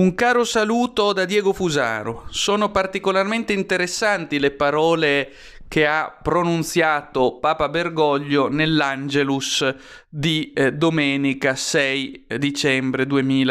Un caro saluto da Diego Fusaro. Sono particolarmente interessanti le parole che ha pronunziato Papa Bergoglio nell'Angelus di domenica 6 dicembre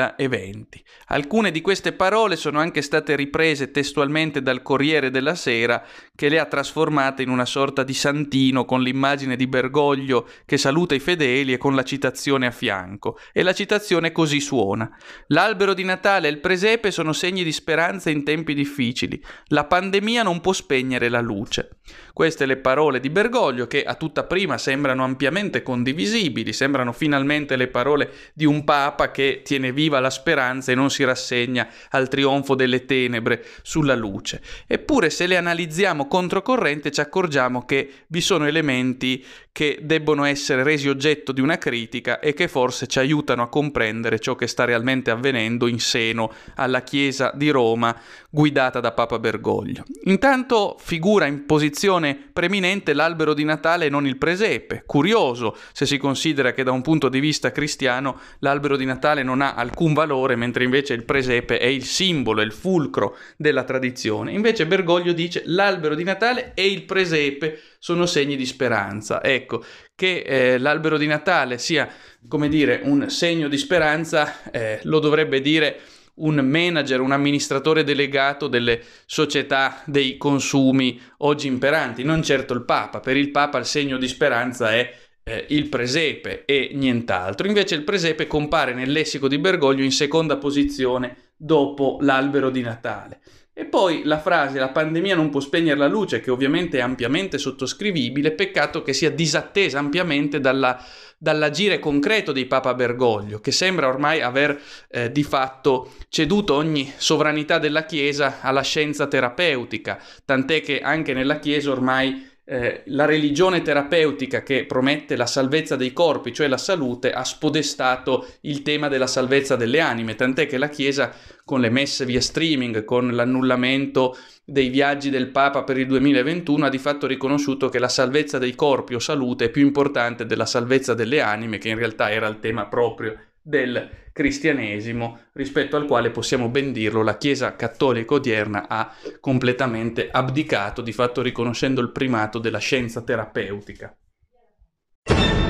2020. Alcune di queste parole sono anche state riprese testualmente dal Corriere della Sera, che le ha trasformate in una sorta di santino con l'immagine di Bergoglio che saluta i fedeli e con la citazione a fianco. E la citazione così suona: l'albero di Natale e il presepe sono segni di speranza in tempi difficili. La pandemia non può spegnere la luce. Queste le parole di Bergoglio, che a tutta prima sembrano ampiamente condivisibili, sembrano finalmente le parole di un papa che tiene viva la speranza e non si rassegna al trionfo delle tenebre sulla luce. Eppure, se le analizziamo controcorrente, ci accorgiamo che vi sono elementi che debbono essere resi oggetto di una critica e che forse ci aiutano a comprendere ciò che sta realmente avvenendo in seno alla Chiesa di Roma guidata da Papa Bergoglio. Intanto figura in posizione preminente l'albero di Natale e non il presepe. Curioso, se si considera che da un punto di vista cristiano l'albero di Natale non ha alcun valore, mentre invece il presepe è il simbolo, è il fulcro della tradizione. Invece Bergoglio dice l'albero di Natale e il presepe sono segni di speranza. Ecco, che l'albero di Natale sia, come dire, un segno di speranza, lo dovrebbe dire un manager, un amministratore delegato delle società dei consumi oggi imperanti, non certo il Papa. Per il Papa il segno di speranza è il presepe e nient'altro. Invece il presepe compare nel lessico di Bergoglio in seconda posizione dopo l'albero di Natale. E poi la frase «la pandemia non può spegnere la luce», che ovviamente è ampiamente sottoscrivibile, peccato che sia disattesa ampiamente dall'agire concreto di Papa Bergoglio, che sembra ormai aver di fatto ceduto ogni sovranità della Chiesa alla scienza terapeutica, tant'è che anche nella Chiesa ormai la religione terapeutica, che promette la salvezza dei corpi, cioè la salute, ha spodestato il tema della salvezza delle anime, tant'è che la Chiesa, con le messe via streaming, con l'annullamento dei viaggi del Papa per il 2021, ha di fatto riconosciuto che la salvezza dei corpi o salute è più importante della salvezza delle anime, che in realtà era il tema proprio del cristianesimo, rispetto al quale, possiamo ben dirlo, la Chiesa cattolica odierna ha completamente abdicato, di fatto riconoscendo il primato della scienza terapeutica.